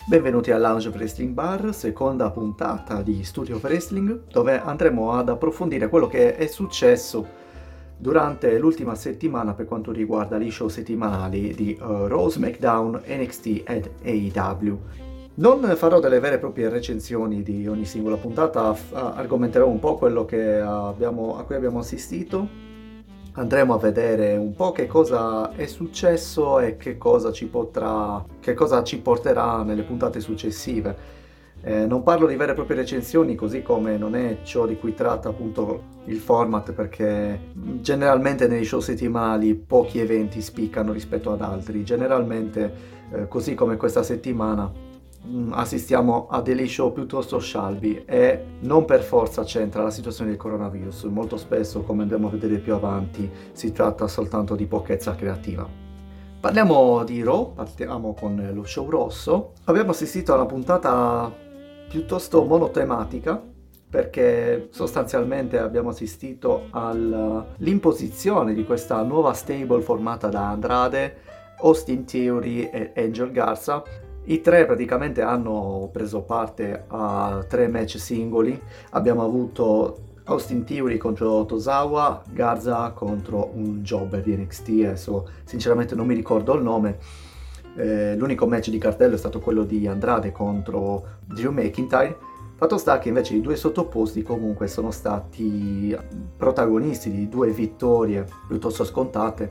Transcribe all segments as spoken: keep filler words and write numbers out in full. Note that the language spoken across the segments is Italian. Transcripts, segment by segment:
Benvenuti al Lounge Wrestling Bar, seconda puntata di Studio Wrestling, dove andremo ad approfondire quello che è successo durante l'ultima settimana per quanto riguarda gli show settimanali di uh, Raw, SmackDown, N X T ed A E W. Non farò delle vere e proprie recensioni di ogni singola puntata, f- argomenterò un po' quello che abbiamo, a cui abbiamo assistito. Andremo a vedere un po' che cosa è successo e che cosa ci potrà, che cosa ci porterà nelle puntate successive. Eh, non parlo di vere e proprie recensioni, così come non è ciò di cui tratta appunto il format, perché generalmente nei show settimanali pochi eventi spiccano rispetto ad altri. Generalmente, eh, così come questa settimana, assistiamo a degli show piuttosto scialbi e non per forza c'entra la situazione del coronavirus. Molto spesso, come andremo a vedere più avanti, si tratta soltanto di pochezza creativa. Parliamo di Raw, partiamo con lo show rosso. Abbiamo assistito a una puntata piuttosto monotematica, perché sostanzialmente abbiamo assistito all'imposizione di questa nuova stable formata da Andrade, Austin Theory e Angel Garza. I tre praticamente hanno preso parte a tre match singoli. Abbiamo avuto Austin Theory contro Tozawa, Garza contro un jobber di N X T, adesso sinceramente non mi ricordo il nome. Eh, l'unico match di cartello è stato quello di Andrade contro Drew McIntyre. Fatto sta che invece i due sottoposti comunque sono stati protagonisti di due vittorie piuttosto scontate.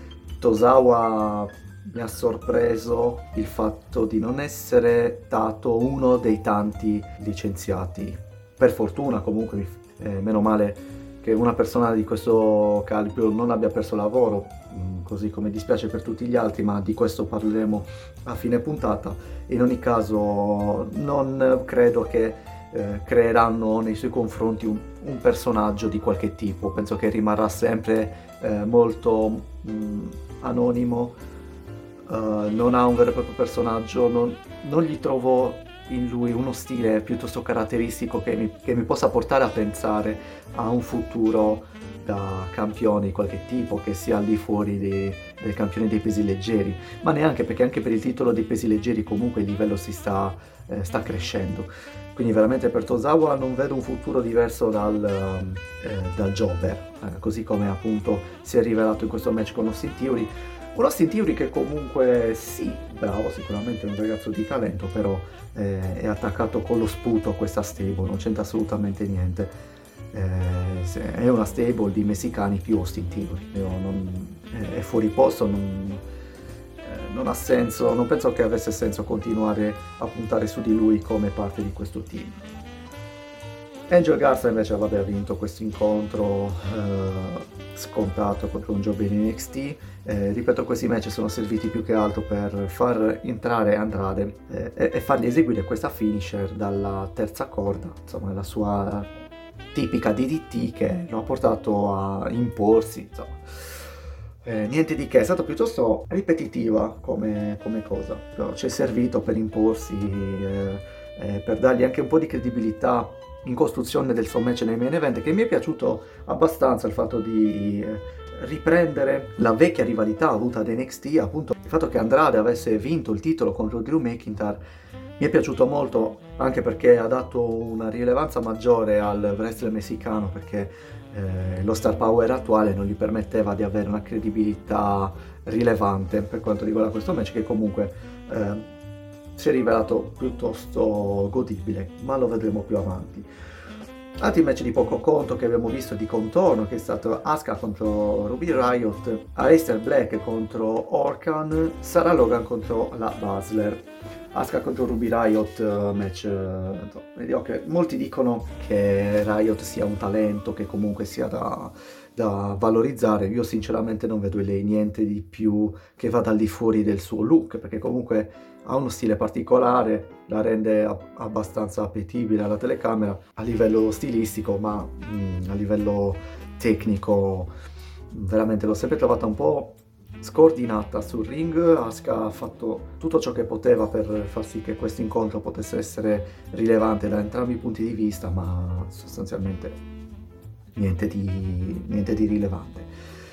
Tozawa mi ha sorpreso il fatto di non essere stato uno dei tanti licenziati. Per fortuna comunque, eh, meno male che una persona di questo calibro non abbia perso lavoro, mh, così come dispiace per tutti gli altri, ma di questo parleremo a fine puntata. In ogni caso non credo che eh, creeranno nei suoi confronti un, un personaggio di qualche tipo. Penso che rimarrà sempre eh, molto mh, anonimo. Uh, non ha un vero e proprio personaggio, non, non gli trovo in lui uno stile piuttosto caratteristico che mi, che mi possa portare a pensare a un futuro da campione di qualche tipo, che sia al di fuori dei, dei campioni dei pesi leggeri, ma neanche, perché anche per il titolo dei pesi leggeri comunque il livello si sta, eh, sta crescendo. Quindi veramente per Tozawa non vedo un futuro diverso dal, eh, dal jobber, eh, così come appunto si è rivelato in questo match con Austin Theory. Un Austin Theory che comunque sì, bravo, sicuramente è un ragazzo di talento, però eh, è attaccato con lo sputo a questa stable, non c'entra assolutamente niente. Eh, è una stable di messicani più Austin Theory, non, è fuori posto, non, eh, non ha senso, non penso che avesse senso continuare a puntare su di lui come parte di questo team. Angel Garza invece vabbè, ha vinto questo incontro eh, scontato contro un jobber in N X T. Eh, ripeto, questi match sono serviti più che altro per far entrare Andrade eh, e, e fargli eseguire questa finisher dalla terza corda, insomma la sua tipica D D T che lo ha portato a imporsi, insomma. Eh, niente di che, è stata piuttosto ripetitiva come, come cosa, però ci è servito per imporsi, eh, eh, per dargli anche un po' di credibilità in costruzione del suo match nei main event, che mi è piaciuto abbastanza il fatto di eh, riprendere la vecchia rivalità avuta ad N X T, appunto il fatto che Andrade avesse vinto il titolo contro Drew McIntyre mi è piaciuto molto, anche perché ha dato una rilevanza maggiore al wrestler messicano, perché eh, lo star power attuale non gli permetteva di avere una credibilità rilevante per quanto riguarda questo match, che comunque eh, si è rivelato piuttosto godibile, ma lo vedremo più avanti. Altri match di poco conto che abbiamo visto di contorno, che è stato Asuka contro Ruby Riott, Aleister Black contro Orkan, Sarah Logan contro la Baszler. Asuka contro Ruby Riott, match uh, mediocre. Molti dicono che Riott sia un talento, che comunque sia da, da valorizzare. Io sinceramente non vedo in lei niente di più che vada al di fuori del suo look, perché comunque ha uno stile particolare, la rende ab- abbastanza appetibile alla telecamera a livello stilistico, ma mh, a livello tecnico veramente l'ho sempre trovata un po' scordinata sul ring. Asuka ha fatto tutto ciò che poteva per far sì che questo incontro potesse essere rilevante da entrambi i punti di vista, ma sostanzialmente niente di, niente di rilevante.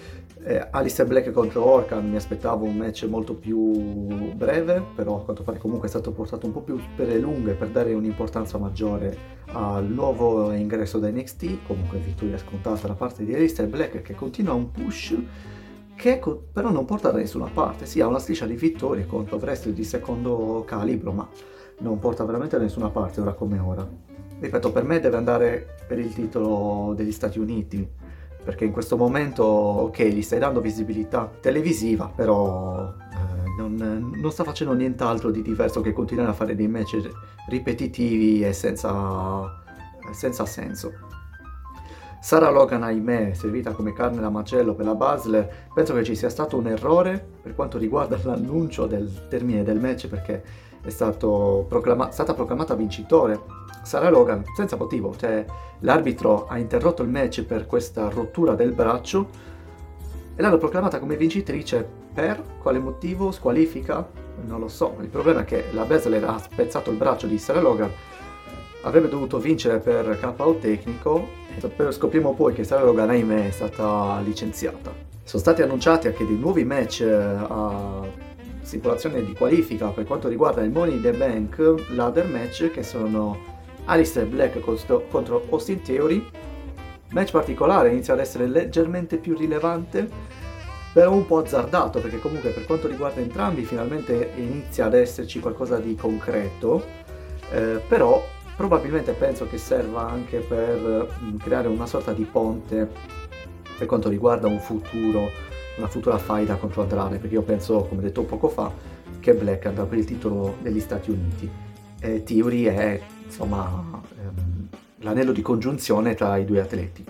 Eh, Aleister Black contro Orkan mi aspettavo un match molto più breve, però a quanto pare comunque è stato portato un po' più per le lunghe per dare un'importanza maggiore al nuovo ingresso da N X T. Comunque vittoria scontata da parte di Aleister Black, che continua un push che co- però non porta da nessuna parte. Sì, ha una striscia di vittorie contro wrestler di secondo calibro, ma non porta veramente da nessuna parte ora come ora. Ripeto, per me deve andare per il titolo degli Stati Uniti, perché in questo momento, ok, gli stai dando visibilità televisiva, però eh, non, non sta facendo nient'altro di diverso che continuare a fare dei match ripetitivi e senza, senza senso. Sarah Logan, ahimè, servita come carne da macello per la Baszler. Penso che ci sia stato un errore per quanto riguarda l'annuncio del termine del match, perché è stato proclama- stata proclamata vincitore Sarah Logan senza motivo, cioè l'arbitro ha interrotto il match per questa rottura del braccio e l'hanno proclamata come vincitrice per quale motivo? Squalifica? Non lo so. Il problema è che la Baszler ha spezzato il braccio di Sarah Logan, avrebbe dovuto vincere per K O tecnico e scopriamo poi che Sarah Logan, ahimè, è stata licenziata. Sono stati annunciati anche dei nuovi match a stipulazione di qualifica per quanto riguarda il Money in the Bank ladder match, che sono Aleister Black contro Austin Theory. Match particolare, inizia ad essere leggermente più rilevante, però un po' azzardato, perché comunque per quanto riguarda entrambi finalmente inizia ad esserci qualcosa di concreto, eh, però probabilmente penso che serva anche per mh, creare una sorta di ponte per quanto riguarda un futuro, una futura faida contro Andrade, perché io penso, come detto poco fa, che Black andrà per il titolo degli Stati Uniti. E Theory è, insomma, ehm, l'anello di congiunzione tra i due atleti.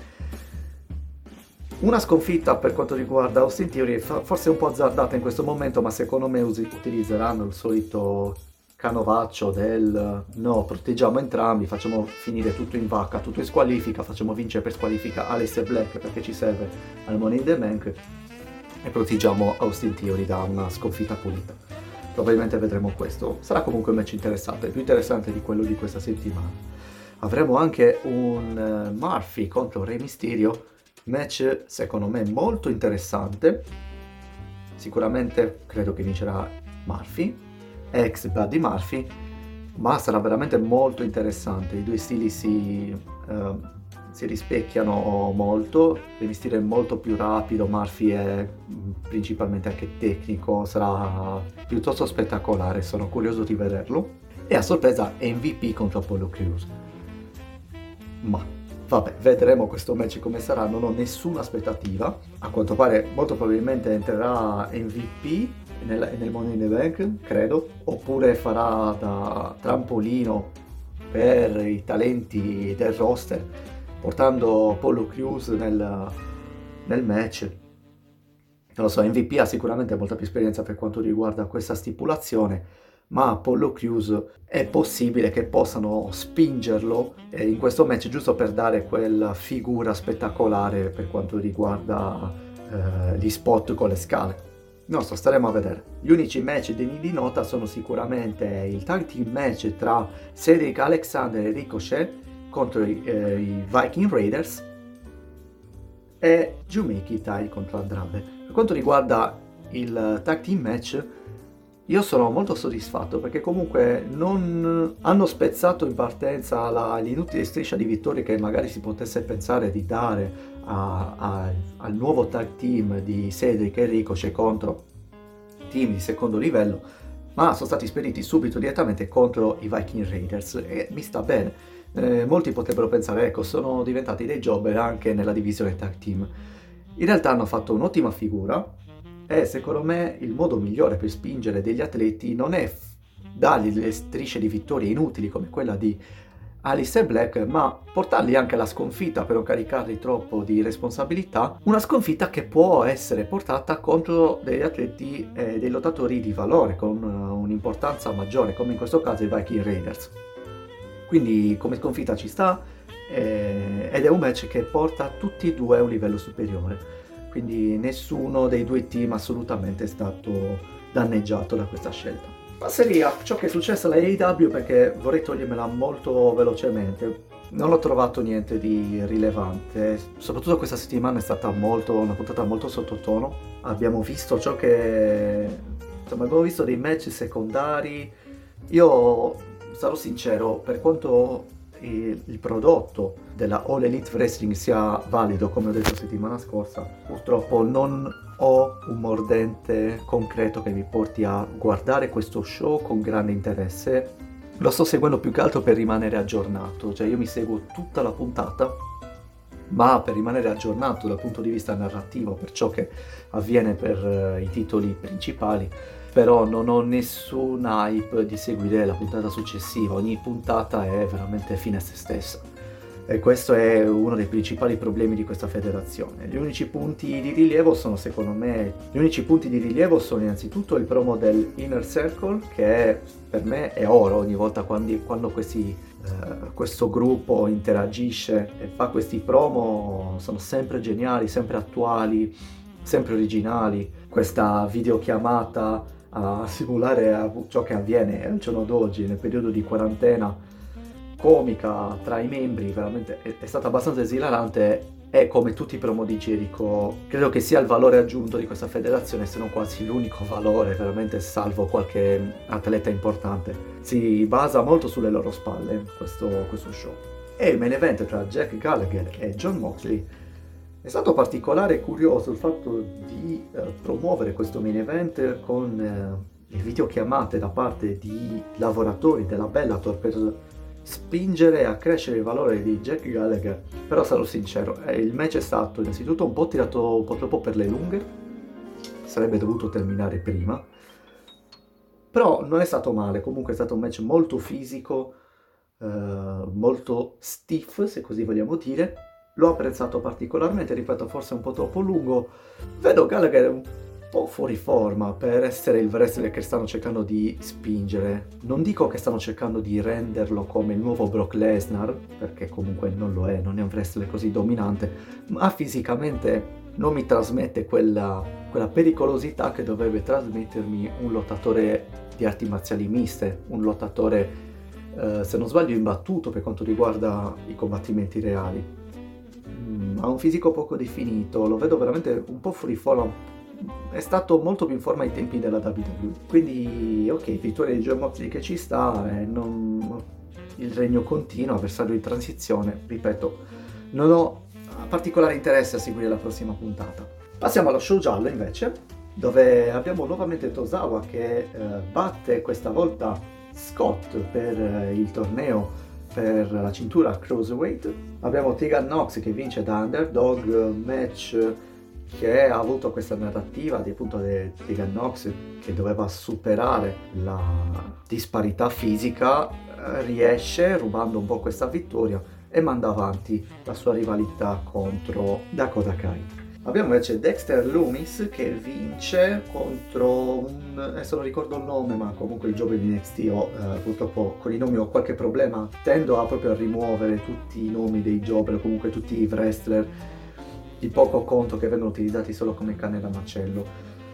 Una sconfitta per quanto riguarda Austin Theory, forse un po' azzardata in questo momento, ma secondo me us- utilizzeranno il solito canovaccio del no, proteggiamo entrambi, facciamo finire tutto in vacca, tutto in squalifica, facciamo vincere per squalifica Aleister Black perché ci serve al Money in the Bank e proteggiamo Austin Theory da una sconfitta pulita. Probabilmente vedremo questo. Sarà comunque un match interessante, più interessante di quello di questa settimana. Avremo anche un uh, Murphy contro Rey Mysterio, match secondo me molto interessante. Sicuramente credo che vincerà Murphy, ex Buddy Murphy, ma sarà veramente molto interessante. I due stili si, uh, si rispecchiano molto. Rey Mysterio è molto più rapido, Murphy è principalmente anche tecnico, sarà piuttosto spettacolare, sono curioso di vederlo. E a sorpresa M V P contro Apollo Crews. Ma vabbè, vedremo questo match come sarà, non ho nessuna aspettativa. A quanto pare molto probabilmente entrerà M V P nel, nel Money in the Bank, credo, oppure farà da trampolino per i talenti del roster, portando Apollo Crews nel, nel match. Non lo so, M V P ha sicuramente molta più esperienza per quanto riguarda questa stipulazione, ma Apollo Crews è possibile che possano spingerlo eh, in questo match giusto per dare quella figura spettacolare per quanto riguarda eh, gli spot con le scale. Non so, staremo a vedere. Gli unici match degni di nota sono sicuramente il tag team match tra Cedric Alexander e Ricochet contro i, eh, i Viking Raiders e Drew McIntyre contro Andrade. Per quanto riguarda il tag team match, io sono molto soddisfatto perché comunque non hanno spezzato in partenza la, l'inutile striscia di vittorie che magari si potesse pensare di dare a, a, al nuovo tag team di Cedric e Ricochet contro team di secondo livello, ma sono stati spediti subito direttamente contro i Viking Raiders e mi sta bene. Eh, molti potrebbero pensare, ecco, sono diventati dei jobber anche nella divisione tag team. In realtà hanno fatto un'ottima figura e secondo me il modo migliore per spingere degli atleti non è f- dargli delle strisce di vittorie inutili come quella di Aleister Black, ma portarli anche alla sconfitta per non caricarli troppo di responsabilità, una sconfitta che può essere portata contro degli atleti e eh, dei lottatori di valore con uh, un'importanza maggiore, come in questo caso i Viking Raiders. Quindi come sconfitta ci sta eh, ed è un match che porta tutti e due a un livello superiore, quindi nessuno dei due team assolutamente è stato danneggiato da questa scelta. Passerei a ciò che è successo alla A E W perché vorrei togliermela molto velocemente. non ho trovato niente di rilevante, soprattutto questa settimana è stata molto, una puntata molto sottotono. Abbiamo visto ciò che... insomma, abbiamo visto dei match secondari. Io sarò sincero, per quanto il, il prodotto della All Elite Wrestling sia valido, come ho detto settimana scorsa, purtroppo non ho un mordente concreto che mi porti a guardare questo show con grande interesse. Lo sto seguendo più che altro per rimanere aggiornato, cioè io mi seguo tutta la puntata, ma per rimanere aggiornato dal punto di vista narrativo per ciò che avviene per uh, i titoli principali, però non ho nessun hype di seguire la puntata successiva. Ogni puntata è veramente fine a se stessa. E questo è uno dei principali problemi di questa federazione. Gli unici punti di rilievo sono, secondo me, gli unici punti di rilievo sono innanzitutto il promo del Inner Circle, che è, per me è oro ogni volta quando, quando questi, eh, questo gruppo interagisce e fa questi promo, sono sempre geniali, sempre attuali, sempre originali. Questa videochiamata a simulare ciò che avviene al giorno d'oggi, nel periodo di quarantena, comica tra i membri, veramente è, è stata abbastanza esilarante. E come tutti i promo di Jericho, credo che sia il valore aggiunto di questa federazione, se non quasi l'unico valore, veramente, salvo qualche atleta importante. Si basa molto sulle loro spalle questo, questo show. E il main event tra Jack Gallagher e Jon Moxley è stato particolare e curioso il fatto di eh, promuovere questo main event con eh, le videochiamate da parte di lavoratori della Bellator per spingere a crescere il valore di Jack Gallagher. Però sarò sincero, eh, il match è stato innanzitutto un po' tirato un po' troppo per le lunghe, sarebbe dovuto terminare prima, però non è stato male. Comunque è stato un match molto fisico, eh, molto stiff, se così vogliamo dire. L'ho apprezzato particolarmente, ripeto, forse un po' troppo lungo. Vedo Gallagher un po' fuori forma per essere il wrestler che stanno cercando di spingere. Non dico che stanno cercando di renderlo come il nuovo Brock Lesnar, perché comunque non lo è, non è un wrestler così dominante, ma fisicamente non mi trasmette quella, quella pericolosità che dovrebbe trasmettermi un lottatore di arti marziali miste, un lottatore, eh, se non sbaglio, imbattuto per quanto riguarda i combattimenti reali. Mm, ha un fisico poco definito, lo vedo veramente un po' fuori forma. È stato molto più in forma ai tempi della W W E, quindi ok, vittoria di Jon Moxley che ci sta, eh, non... il regno continua, avversario in transizione, ripeto, non ho particolare interesse a seguire la prossima puntata. Passiamo allo show giallo invece, dove abbiamo nuovamente Tozawa che eh, batte questa volta Scott per eh, il torneo per la cintura Cruiserweight. Abbiamo Tegan Nox che vince da underdog, match che ha avuto questa narrativa di appunto di Tegan Nox che doveva superare la disparità fisica, riesce rubando un po' questa vittoria e manda avanti la sua rivalità contro Dakota Kai. Abbiamo invece Dexter Lumis che vince contro un... adesso non ricordo il nome, ma comunque il giovane di N X T. Io eh, purtroppo con i nomi ho qualche problema, tendo a proprio a rimuovere tutti i nomi dei jobber o comunque tutti i wrestler di poco conto che vengono utilizzati solo come canne da macello.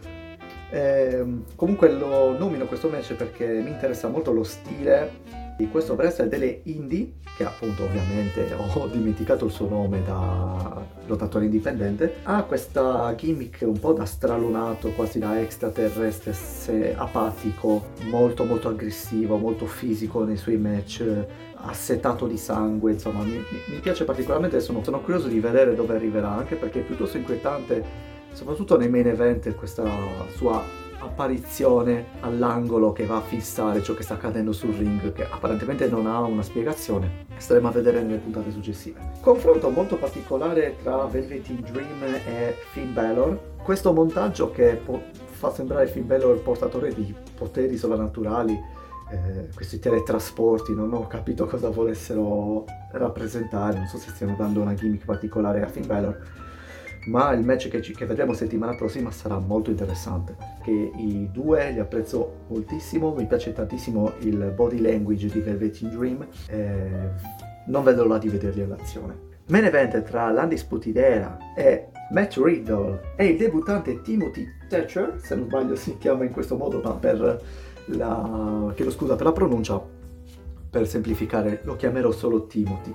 E, comunque lo nomino questo match perché mi interessa molto lo stile di questo wrestler delle indie, che appunto ovviamente ho dimenticato il suo nome da lottatore indipendente. Ha questa gimmick un po' da stralunato, quasi da extraterrestre, apatico, molto molto aggressivo, molto fisico nei suoi match, assetato di sangue, insomma mi, mi piace particolarmente. Sono, sono curioso di vedere dove arriverà, anche perché è piuttosto inquietante, soprattutto nei main event, questa sua apparizione all'angolo che va a fissare ciò che sta accadendo sul ring, che apparentemente non ha una spiegazione. Staremo a vedere nelle puntate successive. Confronto molto particolare tra Velveteen Dream e Finn Balor. Questo montaggio che po- fa sembrare Finn Balor portatore di poteri sovrannaturali, eh, questi teletrasporti, non ho capito cosa volessero rappresentare, non so se stiano dando una gimmick particolare a Finn Balor. Ma il match che, ci, che vedremo settimana prossima sarà molto interessante, che i due li apprezzo moltissimo, mi piace tantissimo il body language di Velveteen Dream, e non vedo l'ora di vederli all'azione. Main event tra l'Undisputed Era e Matt Riddle e il debuttante Timothy Thatcher, se non sbaglio si chiama in questo modo, ma per la, chiedo scusa per la pronuncia, per semplificare lo chiamerò solo Timothy.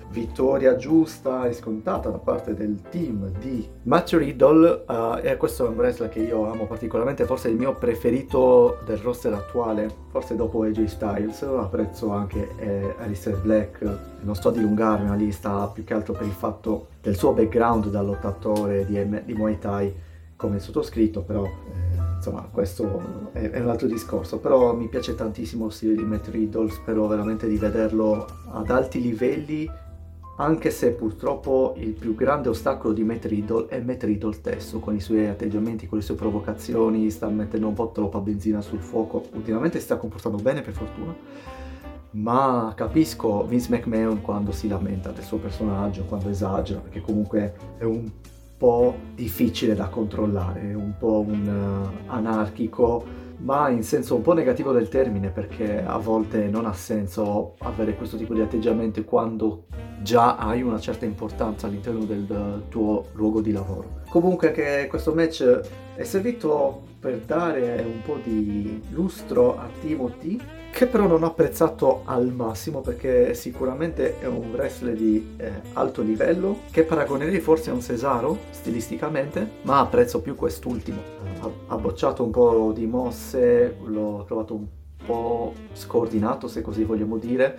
vittoria giusta e scontata da parte del team di Matt Riddle, uh, e questo è un wrestler che io amo particolarmente, forse il mio preferito del roster attuale, forse dopo A J Styles. Apprezzo anche eh, Aleister Black, non sto a dilungarmi, ma lì sta più che altro per il fatto del suo background da lottatore di, M- di Muay Thai come il sottoscritto, però eh, insomma questo è, è un altro discorso. Però mi piace tantissimo lo stile di Matt Riddle, spero veramente di vederlo ad alti livelli, anche se purtroppo il più grande ostacolo di Matt Riddle è Matt Riddle stesso, con i suoi atteggiamenti, con le sue provocazioni, sta mettendo un po' troppa benzina sul fuoco. Ultimamente si sta comportando bene, per fortuna, ma capisco Vince McMahon quando si lamenta del suo personaggio, quando esagera, perché comunque è un po' difficile da controllare, è un po' un uh, anarchico, ma in senso un po' negativo del termine, perché a volte non ha senso avere questo tipo di atteggiamento quando già hai una certa importanza all'interno del tuo luogo di lavoro. Comunque che questo match è servito per dare un po' di lustro a Timothy, che però non ho apprezzato al massimo, perché sicuramente è un wrestler di eh, alto livello, che paragonerei forse a un Cesaro stilisticamente, ma apprezzo più quest'ultimo. Ha, ha bocciato un po' di mosse, l'ho trovato un po' scordinato, se così vogliamo dire.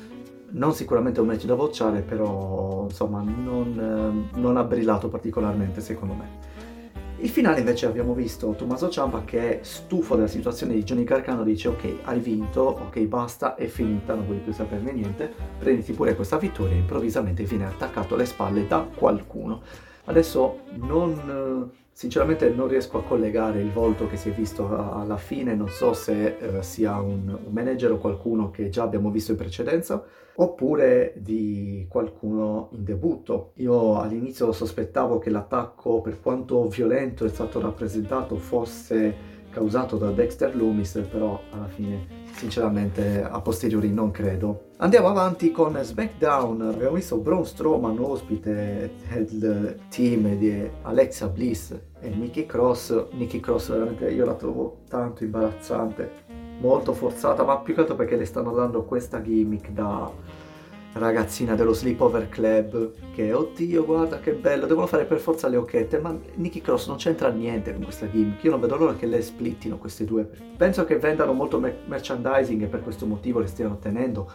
Non sicuramente un match da bocciare, però insomma non, eh, non ha brillato particolarmente secondo me. Il finale invece abbiamo visto Tommaso Ciampa che, stufo della situazione di Johnny Gargano, dice ok, hai vinto, ok, basta, è finita, non voglio più saperne niente, prenditi pure questa vittoria, e improvvisamente viene attaccato alle spalle da qualcuno. Adesso non, sinceramente non riesco a collegare il volto che si è visto alla fine, non so se eh, sia un, un manager o qualcuno che già abbiamo visto in precedenza, oppure di qualcuno in debutto. Io all'inizio sospettavo che l'attacco, per quanto violento è stato rappresentato, fosse causato da Dexter Lumis, però alla fine sinceramente a posteriori non credo. Andiamo avanti con SmackDown. Abbiamo visto Braun Strowman ospite del team di Alexa Bliss e Nikki Cross. Nikki Cross veramente io la trovo tanto imbarazzante, molto forzata, ma più che altro perché le stanno dando questa gimmick da ragazzina dello Sleepover Club, che oddio guarda che bello, devono fare per forza le occhette, ma Nikki Cross non c'entra niente con questa gimmick. Io non vedo l'ora che le splittino queste due. Penso che vendano molto mer- merchandising e per questo motivo le stiano tenendo,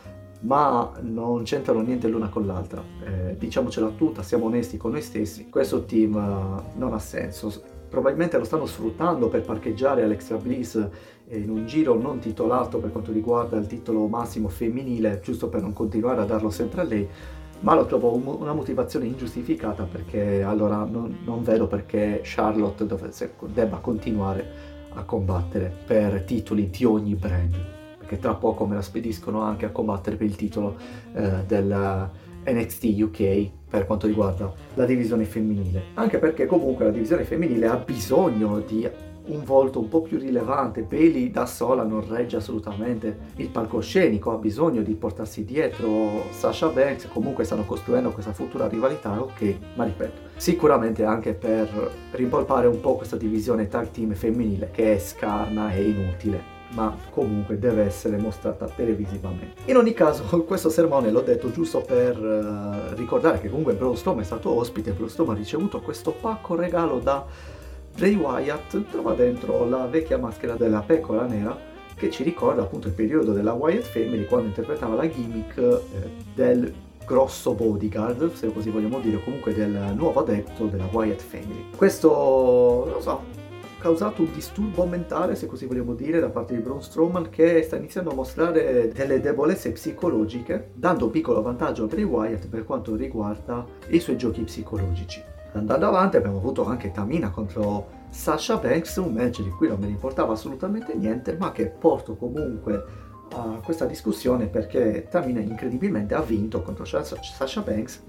ma non c'entrano niente l'una con l'altra. Eh, diciamocela tutta, siamo onesti con noi stessi, questo team uh, non ha senso. Probabilmente lo stanno sfruttando per parcheggiare Alexa Bliss in un giro non titolato per quanto riguarda il titolo massimo femminile, giusto per non continuare a darlo sempre a lei, ma lo trovo un, una motivazione ingiustificata, perché allora non, non vedo perché Charlotte dovesse, debba continuare a combattere per titoli di ogni brand, perché tra poco me la spediscono anche a combattere per il titolo eh, del N X T U K per quanto riguarda la divisione femminile, anche perché comunque la divisione femminile ha bisogno di un volto un po' più rilevante. Bayley da sola non regge assolutamente il palcoscenico, ha bisogno di portarsi dietro Sasha Banks. Comunque stanno costruendo questa futura rivalità, ok, ma ripeto, sicuramente anche per rimpolpare un po' questa divisione tag team femminile che è scarna e inutile, ma comunque deve essere mostrata televisivamente. In ogni caso, questo sermone l'ho detto giusto per uh, ricordare che comunque Braun Strowman è stato ospite. Braun Strowman ha ricevuto questo pacco regalo da Bray Wyatt, trova dentro la vecchia maschera della pecora nera, che ci ricorda appunto il periodo della Wyatt Family, quando interpretava la gimmick eh, del grosso bodyguard, se così vogliamo dire, o comunque del nuovo adepto della Wyatt Family. Questo, non lo so, causato un disturbo mentale, se così vogliamo dire, da parte di Braun Strowman, che sta iniziando a mostrare delle debolezze psicologiche, dando un piccolo vantaggio a Bray Wyatt per quanto riguarda i suoi giochi psicologici. Andando avanti abbiamo avuto anche Tamina contro Sasha Banks, un match di cui non me ne importava assolutamente niente, ma che porto comunque a questa discussione perché Tamina incredibilmente ha vinto contro Sasha Banks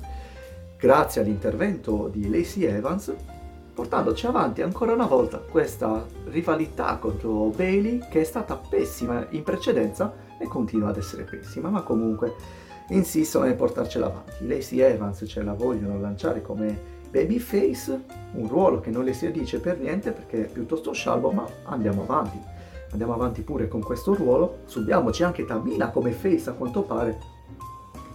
grazie all'intervento di Lacey Evans, portandoci avanti ancora una volta questa rivalità contro Bayley, che è stata pessima in precedenza e continua ad essere pessima, ma comunque insistono nel portarcela avanti. Lacey Evans ce la vogliono lanciare come babyface, un ruolo che non le si addice per niente perché è piuttosto scialbo, ma andiamo avanti. Andiamo avanti pure con questo ruolo. Subiamoci anche Tamina come face a quanto pare,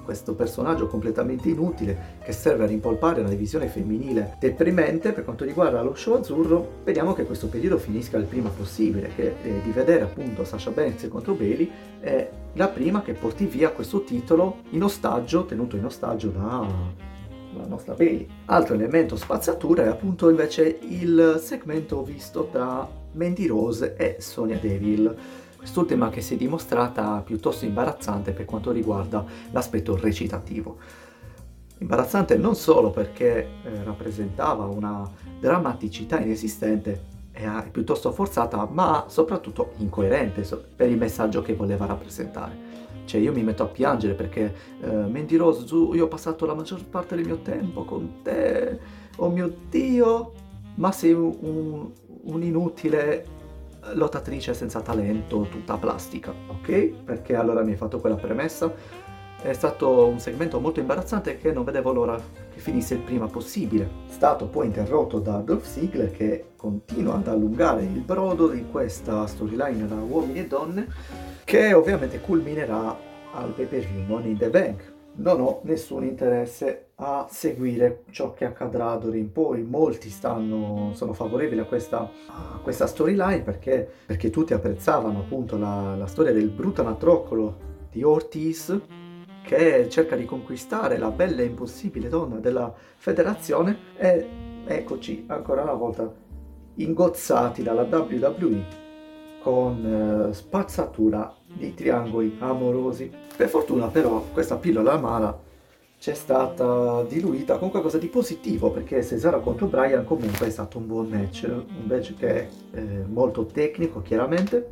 questo personaggio completamente inutile che serve a rimpolpare una divisione femminile deprimente. Per quanto riguarda lo show azzurro, vediamo che questo periodo finisca il prima possibile, che eh, di vedere appunto Sasha Banks contro Bayley è la prima che porti via questo titolo in ostaggio, tenuto in ostaggio da la nostra Bayley. Altro elemento spazzatura è appunto invece il segmento visto tra Mandy Rose e Sonya Deville, quest'ultima che si è dimostrata piuttosto imbarazzante per quanto riguarda l'aspetto recitativo. Imbarazzante non solo perché eh, rappresentava una drammaticità inesistente e piuttosto forzata, ma soprattutto incoerente per il messaggio che voleva rappresentare. Cioè io mi metto a piangere perché uh, Mandy Rose, tu, io ho passato la maggior parte del mio tempo con te, oh mio Dio, ma sei un, un, un'inutile lottatrice senza talento, tutta plastica, ok? Perché allora mi hai fatto quella premessa? È stato un segmento molto imbarazzante che non vedevo l'ora che finisse il prima possibile. È stato poi interrotto da Dolph Ziggler che continua ad allungare il brodo di questa storyline da uomini e donne, che ovviamente culminerà al pay-per-view Money in the Bank. Non ho nessun interesse a seguire ciò che accadrà d'ora in poi. Molti stanno, sono favorevoli a questa, a questa storyline perché, perché tutti apprezzavano appunto la, la storia del brutto anatroccolo di Ortiz, che cerca di conquistare la bella e impossibile donna della federazione, e eccoci ancora una volta ingozzati dalla W W E con eh, spazzatura di triangoli amorosi. Per fortuna però questa pillola amara c'è stata diluita con qualcosa di positivo, perché Cesaro contro Bryan comunque è stato un buon match, un match che è eh, molto tecnico chiaramente.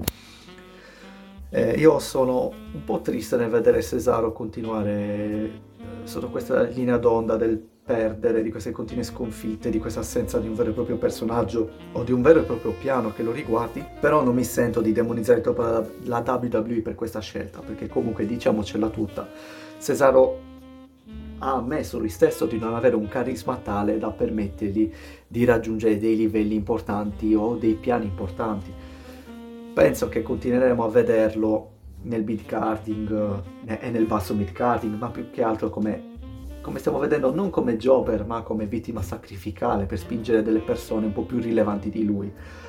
Eh, io sono un po' triste nel vedere Cesaro continuare eh, sotto questa linea d'onda del perdere, di queste continue sconfitte, di questa assenza di un vero e proprio personaggio o di un vero e proprio piano che lo riguardi. Però non mi sento di demonizzare troppo la, la W W E per questa scelta, perché comunque diciamocela tutta, Cesaro ha ammesso lui stesso di non avere un carisma tale da permettergli di raggiungere dei livelli importanti o dei piani importanti. Penso che continueremo a vederlo nel mid-carding eh, e nel basso mid-carding, ma più che altro come, come stiamo vedendo, non come jobber, ma come vittima sacrificale per spingere delle persone un po' più rilevanti di lui.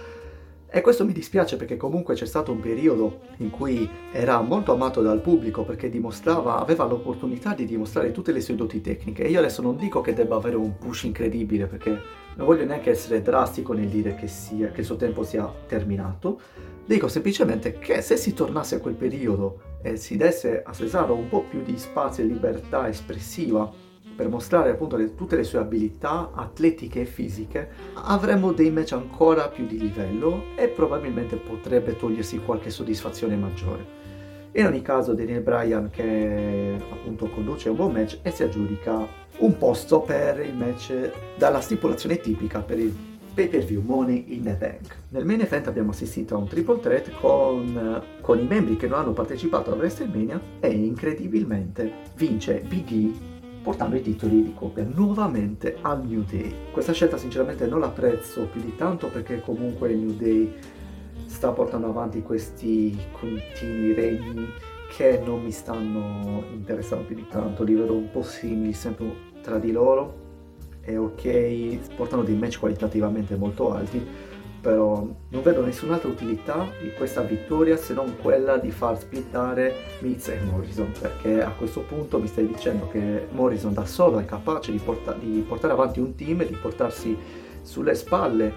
E questo mi dispiace perché comunque c'è stato un periodo in cui era molto amato dal pubblico perché dimostrava, aveva l'opportunità di dimostrare tutte le sue doti tecniche. E io adesso non dico che debba avere un push incredibile, perché non voglio neanche essere drastico nel dire che, sia, che il suo tempo sia terminato. Dico semplicemente che se si tornasse a quel periodo e si desse a Cesaro un po' più di spazio e libertà espressiva per mostrare appunto le, tutte le sue abilità atletiche e fisiche, avremmo dei match ancora più di livello e probabilmente potrebbe togliersi qualche soddisfazione maggiore. In ogni caso Daniel Bryan che appunto conduce un buon match e si aggiudica un posto per il match dalla stipulazione tipica per il pay-per-view Money in the Bank. Nel main event abbiamo assistito a un triple threat con, con i membri che non hanno partecipato a WrestleMania e incredibilmente vince Big E portando i titoli di coppia nuovamente al New Day. Questa scelta sinceramente non l'apprezzo più di tanto perché comunque il New Day sta portando avanti questi continui regni che non mi stanno interessando più di tanto, li vedo un po' simili sempre tra di loro. È ok, portano dei match qualitativamente molto alti, però non vedo nessun'altra utilità di questa vittoria se non quella di far splittare Miz e Morrison, perché a questo punto mi stai dicendo che Morrison da solo è capace di, porta- di portare avanti un team e di portarsi sulle spalle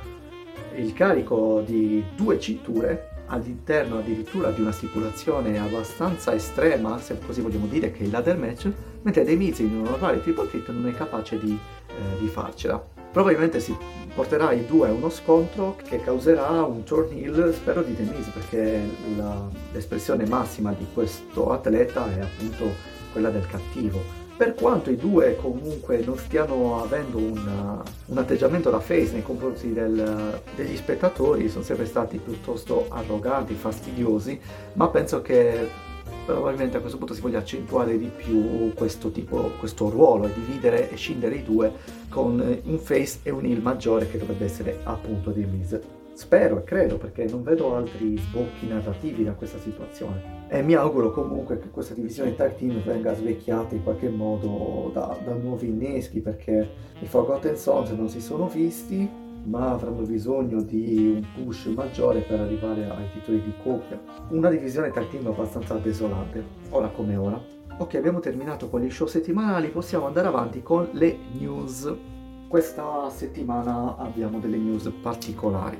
il carico di due cinture all'interno addirittura di una stipulazione abbastanza estrema, se così vogliamo dire, che è il ladder match, mentre The Miz in un normale triple threat non è capace di, eh, di farcela. Probabilmente si porterà i due a uno scontro che causerà un turn heel, spero di The Miz, perché la, l'espressione massima di questo atleta è appunto quella del cattivo. Per quanto i due comunque non stiano avendo una, un atteggiamento da face nei confronti del, degli spettatori, sono sempre stati piuttosto arroganti, fastidiosi, ma penso che probabilmente a questo punto si voglia accentuare di più questo tipo, questo ruolo e dividere e scindere i due con un face e un heel maggiore che dovrebbe essere appunto The Miz. Spero e credo, perché non vedo altri sbocchi narrativi da questa situazione. E mi auguro comunque che questa divisione tag team venga svecchiata in qualche modo da, da nuovi inneschi, perché i Forgotten Sons non si sono visti, ma avranno bisogno di un push maggiore per arrivare ai titoli di coppia. Una divisione tag team abbastanza desolante, ora come ora. Ok, abbiamo terminato con gli show settimanali, possiamo andare avanti con le news. Questa settimana abbiamo delle news particolari.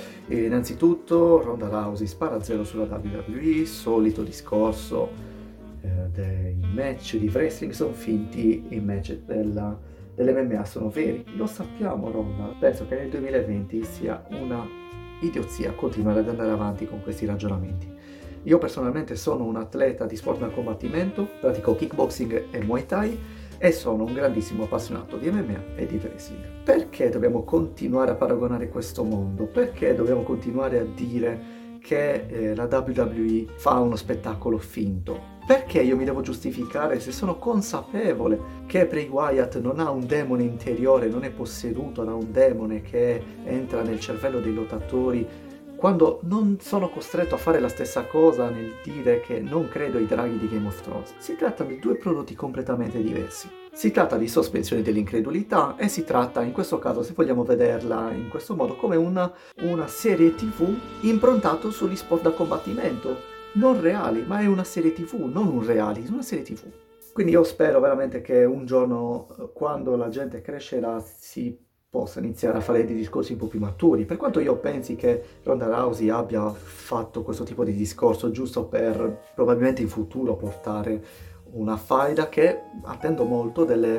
E innanzitutto Ronda Rousey spara a zero sulla W W E, solito discorso eh, dei match di wrestling sono finti, i match della, dell'M M A sono veri. Lo sappiamo Ronda, penso che nel duemilaventi sia una idiozia continuare ad andare avanti con questi ragionamenti. Io personalmente sono un atleta di sport da combattimento, pratico kickboxing e Muay Thai e sono un grandissimo appassionato di M M A e di wrestling. Perché dobbiamo continuare a paragonare questo mondo? Perché dobbiamo continuare a dire che eh, la W W E fa uno spettacolo finto? Perché io mi devo giustificare se sono consapevole che Bray Wyatt non ha un demone interiore, non è posseduto da un demone che entra nel cervello dei lottatori, quando non sono costretto a fare la stessa cosa nel dire che non credo ai draghi di Game of Thrones. Si tratta di due prodotti completamente diversi. Si tratta di sospensione dell'incredulità e si tratta, in questo caso, se vogliamo vederla in questo modo, come una, una serie tivù improntato sugli sport da combattimento. Non reali, ma è una serie tivù, non un reality, una serie tivù. Quindi io spero veramente che un giorno, quando la gente crescerà, si possa iniziare a fare dei discorsi un po' più maturi. Per quanto io pensi che Ronda Rousey abbia fatto questo tipo di discorso giusto per probabilmente in futuro portare una faida, che attendo molto delle,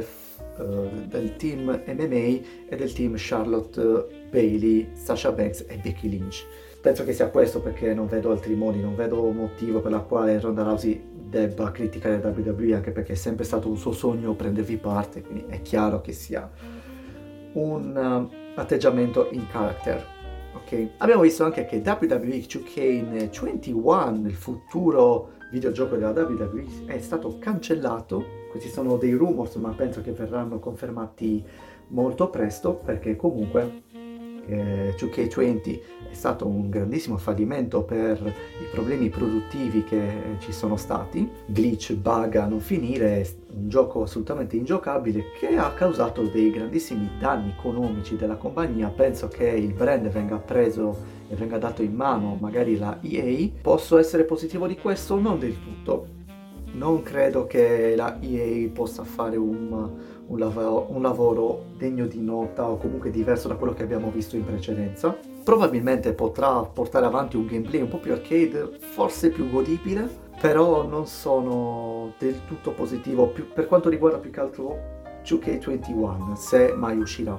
uh, del team M M A e del team Charlotte Bailey, Sasha Banks e Becky Lynch. Penso che sia questo, perché non vedo altri modi, non vedo motivo per la quale Ronda Rousey debba criticare la W W E, anche perché è sempre stato un suo sogno prendervi parte, quindi è chiaro che sia un uh, atteggiamento in character. Okay. Abbiamo visto anche che W W E two K ventuno, il futuro videogioco della W W E, è stato cancellato. Questi sono dei rumors, ma penso che verranno confermati molto presto, perché comunque eh, two K venti è stato un grandissimo fallimento per i problemi produttivi che ci sono stati, glitch, bug a non finire, un gioco assolutamente ingiocabile che ha causato dei grandissimi danni economici della compagnia. Penso che il brand venga preso e venga dato in mano magari la E A. Posso essere positivo di questo? Non del tutto. Non credo che la E A possa fare un, un, lavoro, un lavoro degno di nota, o comunque diverso da quello che abbiamo visto in precedenza. Probabilmente potrà portare avanti un gameplay un po' più arcade, forse più godibile, però non sono del tutto positivo più, per quanto riguarda più che altro two K ventuno, se mai uscirà,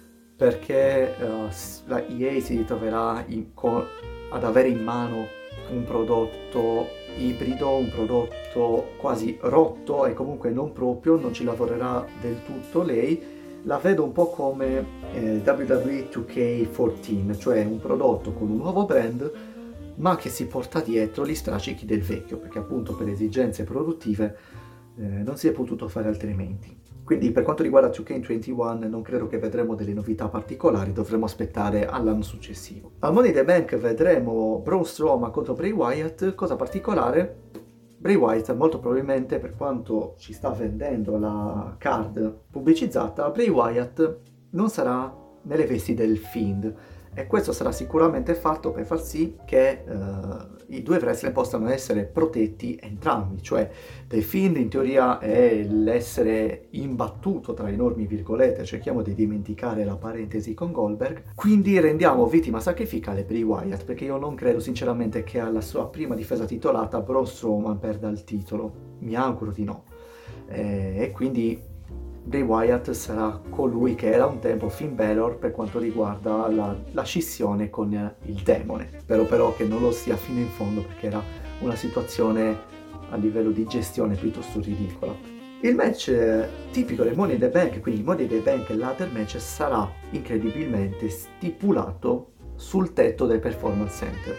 perché uh, la E A si ritroverà in, con, ad avere in mano un prodotto ibrido, un prodotto quasi rotto e comunque non proprio, non ci lavorerà del tutto lei. La vedo un po' come eh, W W E two K quattordici, cioè un prodotto con un nuovo brand ma che si porta dietro gli strascichi del vecchio, perché appunto per esigenze produttive eh, non si è potuto fare altrimenti. Quindi per quanto riguarda two K ventuno non credo che vedremo delle novità particolari, dovremo aspettare all'anno successivo. Al Money in the Bank vedremo Braun Strowman contro Bray Wyatt. Cosa particolare? Bray Wyatt molto probabilmente, per quanto ci sta vendendo la card pubblicizzata, Bray Wyatt non sarà nelle vesti del Fiend, e questo sarà sicuramente fatto per far sì che uh, i due wrestler possano essere protetti entrambi, cioè The Fiend in teoria è l'essere imbattuto tra enormi virgolette, cerchiamo di dimenticare la parentesi con Goldberg, quindi rendiamo vittima sacrificale Bray Wyatt, perché io non credo sinceramente che alla sua prima difesa titolata Braun Strowman perda il titolo, mi auguro di no, eh, e quindi Bray Wyatt sarà colui che era un tempo Finn Balor per quanto riguarda la, la scissione con il demone. Spero però che non lo sia fino in fondo, perché era una situazione a livello di gestione piuttosto ridicola. Il match eh, tipico del Money in the Bank, quindi il Money in the Bank ladder match, sarà incredibilmente stipulato sul tetto del Performance Center.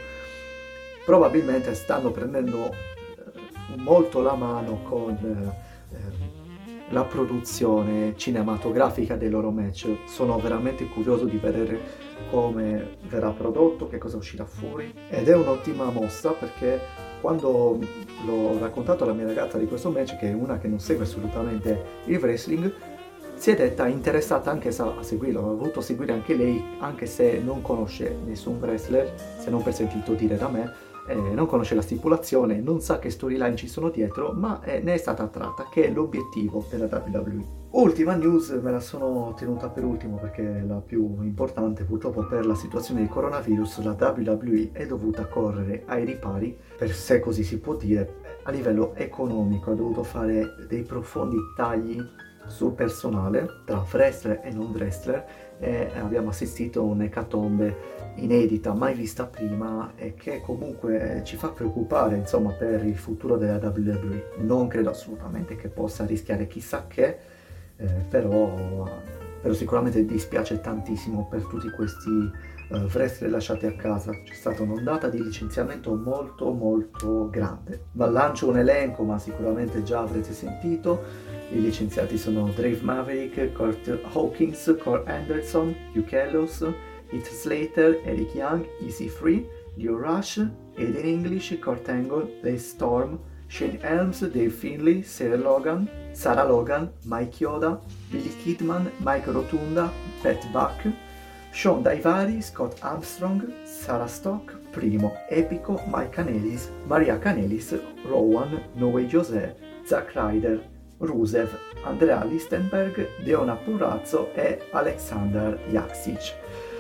Probabilmente stanno prendendo eh, molto la mano con... Eh, la produzione cinematografica dei loro match. Sono veramente curioso di vedere come verrà prodotto, che cosa uscirà fuori, ed è un'ottima mossa perché quando l'ho raccontato alla mia ragazza di questo match, che è una che non segue assolutamente il wrestling, si è detta interessata anche a seguirlo, ha voluto seguire anche lei, anche se non conosce nessun wrestler, se non per sentito dire da me, eh, non conosce la stipulazione, non sa che storyline ci sono dietro, ma eh, ne è stata attratta, che è l'obiettivo della W W E. Ultima news, me la sono tenuta per ultimo perché è la più importante. Purtroppo per la situazione del coronavirus la W W E è dovuta correre ai ripari, per se così si può dire, a livello economico, ha dovuto fare dei profondi tagli sul personale tra wrestler e non wrestler e abbiamo assistito a un'ecatombe inedita, mai vista prima e che comunque ci fa preoccupare insomma per il futuro della W W E. Non credo assolutamente che possa rischiare chissà che, eh, però, però sicuramente dispiace tantissimo per tutti questi uh, wrestler lasciati a casa. C'è stata un'ondata di licenziamento molto molto grande. Ma lancio un elenco, ma sicuramente già avrete sentito. I licenziati sono Dave Maverick, Kurt Hawkins, Cole Anderson, Hugh Gallows, Heath Slater, Eric Young, Easy Free, Leo Rush, Aiden English, Kurt Angle, Lance Storm, Shane Helms, Dave Finlay, Sarah Logan, Sarah Logan, Mike Yoda, Billy Kidman, Mike Rotunda, Pat Buck, Sean Daivari, Scott Armstrong, Sarah Stock, Primo, Epico, Mike Canelis, Maria Canelis, Rowan, No Way José, Zack Ryder, Rusev, Andrea Listenberg, Deonna Purrazzo e Alexander Jaksic.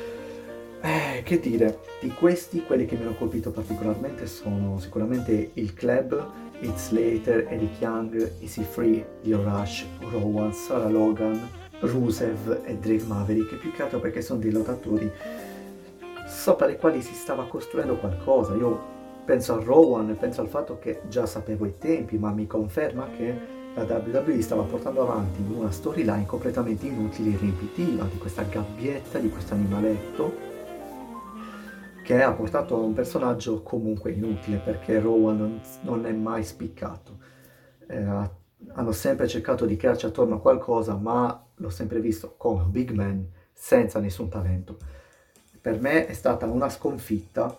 Eh, che dire, di questi quelli che mi hanno colpito particolarmente sono sicuramente il club, Heath Slater, Eric Young, Easy Free, Leo Rush, Rowan, Sarah Logan, Rusev e Dave Maverick, più che altro perché sono dei lottatori sopra i quali si stava costruendo qualcosa. Io penso a Rowan, penso al fatto che già sapevo i tempi, ma mi conferma che la W W E stava portando avanti una storyline completamente inutile e ripetitiva di questa gabbietta, di questo animaletto che ha portato a un personaggio comunque inutile perché Rowan non, non è mai spiccato. Eh, hanno sempre cercato di crearci attorno a qualcosa, ma l'ho sempre visto come un big man senza nessun talento. Per me è stata una sconfitta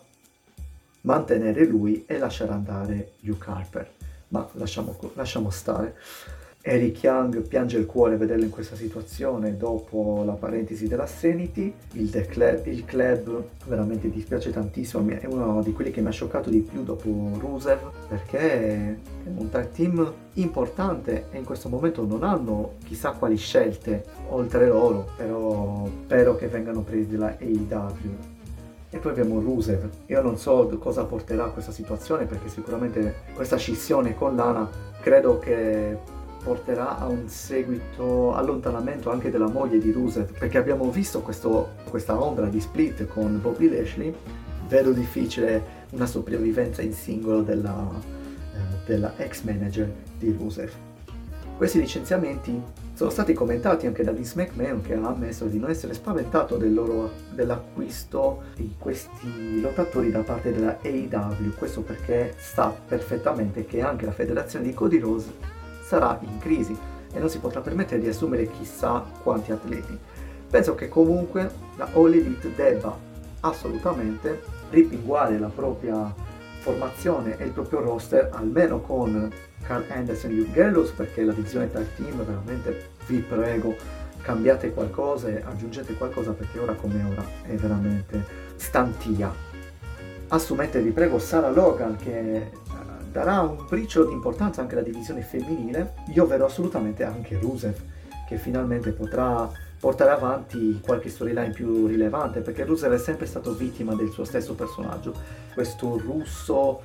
mantenere lui e lasciare andare Luke Harper. Ma lasciamo, lasciamo stare. Eric Young piange il cuore vederlo in questa situazione dopo la parentesi della Sanity. Il, The Club, il club veramente dispiace tantissimo, è uno di quelli che mi ha scioccato di più dopo Rusev perché è un tag team importante e in questo momento non hanno chissà quali scelte oltre loro, però spero che vengano presi dalla A E W. E poi abbiamo Rusev. Io non so cosa porterà questa situazione perché sicuramente questa scissione con Lana credo che porterà a un seguito allontanamento anche della moglie di Rusev, perché abbiamo visto questo, questa ombra di split con Bobby Lashley. Vedo difficile una sopravvivenza in singolo della, eh, della ex manager di Rusev. Questi licenziamenti sono stati commentati anche da Vince McMahon, che ha ammesso di non essere spaventato del loro, dell'acquisto di questi lottatori da parte della A E W. Questo perché sa perfettamente che anche la federazione di Cody Rhodes sarà in crisi e non si potrà permettere di assumere chissà quanti atleti. Penso che comunque la All Elite debba assolutamente rimpinguare la propria formazione e il proprio roster, almeno con Carl Anderson e Hugh Gallows, perché la divisione tag team veramente, vi prego, cambiate qualcosa e aggiungete qualcosa perché ora come ora è veramente stantia. Assumete, vi prego, Sarah Logan, che darà un briciolo di importanza anche alla divisione femminile. Io vedo assolutamente anche Rusev, che finalmente potrà portare avanti qualche storyline più rilevante, perché Rusev è sempre stato vittima del suo stesso personaggio, questo russo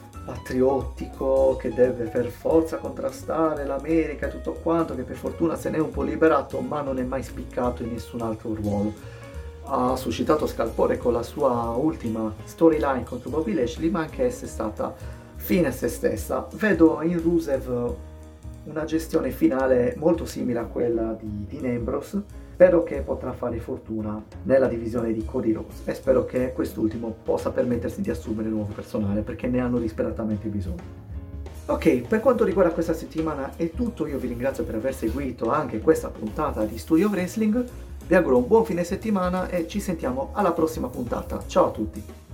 patriottico che deve per forza contrastare l'America e tutto quanto, che per fortuna se ne è un po' liberato, ma non è mai spiccato in nessun altro ruolo. Ha suscitato scalpore con la sua ultima storyline contro Bobby Lashley, ma anche essa è stata fine a se stessa. Vedo in Rusev una gestione finale molto simile a quella di Dean Ambrose. Spero che potrà fare fortuna nella divisione di Cody Rhodes e spero che quest'ultimo possa permettersi di assumere nuovo personale perché ne hanno disperatamente bisogno. Ok, per quanto riguarda questa settimana è tutto, io vi ringrazio per aver seguito anche questa puntata di Studio Wrestling, vi auguro un buon fine settimana e ci sentiamo alla prossima puntata, ciao a tutti!